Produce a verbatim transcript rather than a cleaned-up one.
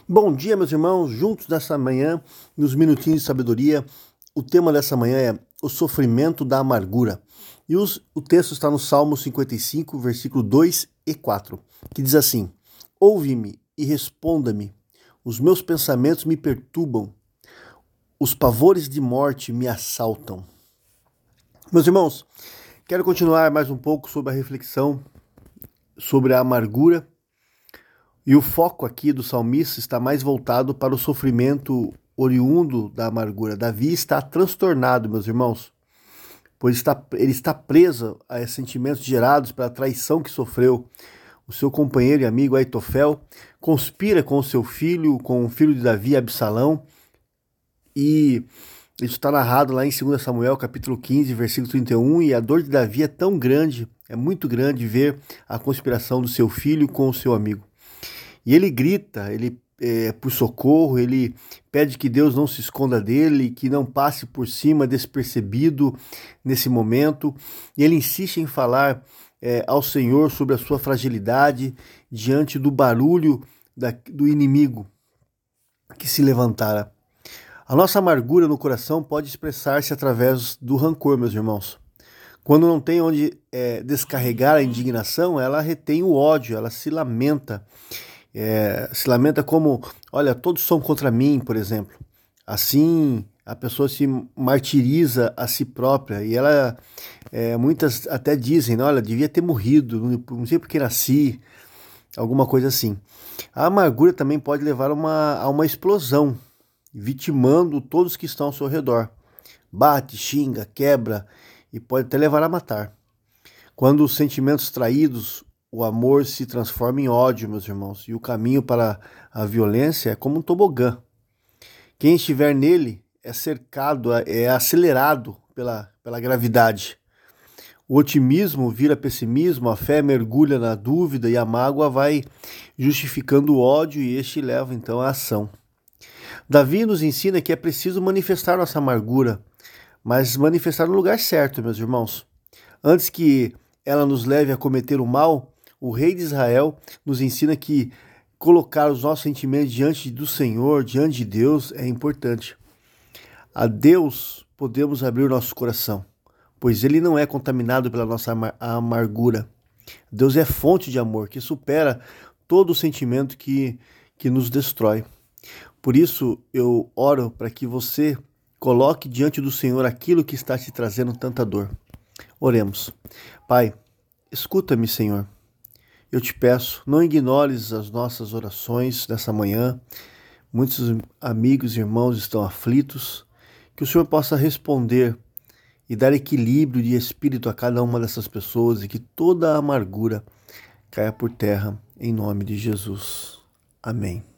Bom dia, meus irmãos, juntos nessa manhã, nos minutinhos de sabedoria. O tema dessa manhã é o sofrimento da amargura. E os, o texto está no Salmo cinquenta e cinco, versículo dois e quatro, que diz assim: Ouve-me e responda-me, os meus pensamentos me perturbam, os pavores de morte me assaltam. Meus irmãos, quero continuar mais um pouco sobre a reflexão sobre a amargura. E o foco aqui do salmista está mais voltado para o sofrimento oriundo da amargura. Davi está transtornado, meus irmãos, pois está, ele está preso a sentimentos gerados pela traição que sofreu. O seu companheiro e amigo Aitofel conspira com o seu filho, com o filho de Davi, Absalão, e isso está narrado lá em dois Samuel, capítulo quinze, versículo trinta e um, e a dor de Davi é tão grande, é muito grande ver a conspiração do seu filho com o seu amigo. E ele grita, ele é, por socorro, ele pede que Deus não se esconda dele, que não passe por cima despercebido nesse momento. E ele insiste em falar é, ao Senhor sobre a sua fragilidade diante do barulho da, do inimigo que se levantara. A nossa amargura no coração pode expressar-se através do rancor, meus irmãos. Quando não tem onde é, descarregar a indignação, ela retém o ódio, ela se lamenta. É, se lamenta como, olha, todos são contra mim, por exemplo. Assim, a pessoa se martiriza a si própria e ela, é, muitas até dizem, né, olha, devia ter morrido, não sei porque nasci, alguma coisa assim. A amargura também pode levar uma, a uma explosão, vitimando todos que estão ao seu redor. Bate, xinga, quebra e pode até levar a matar. Quando os sentimentos traídos, o amor se transforma em ódio, meus irmãos, e o caminho para a violência é como um tobogã. Quem estiver nele é cercado, é acelerado pela, pela gravidade. O otimismo vira pessimismo, a fé mergulha na dúvida e a mágoa vai justificando o ódio e este leva então à ação. Davi nos ensina que é preciso manifestar nossa amargura, mas manifestar no lugar certo, meus irmãos. Antes que ela nos leve a cometer o mal, o rei de Israel nos ensina que colocar os nossos sentimentos diante do Senhor, diante de Deus, é importante. A Deus podemos abrir o nosso coração, pois Ele não é contaminado pela nossa amargura. Deus é fonte de amor, que supera todo o sentimento que, que nos destrói. Por isso, eu oro para que você coloque diante do Senhor aquilo que está te trazendo tanta dor. Oremos. Pai, escuta-me, Senhor. Eu te peço, não ignores as nossas orações nessa manhã. Muitos amigos e irmãos estão aflitos. Que o Senhor possa responder e dar equilíbrio de espírito a cada uma dessas pessoas e que toda a amargura caia por terra, em nome de Jesus. Amém.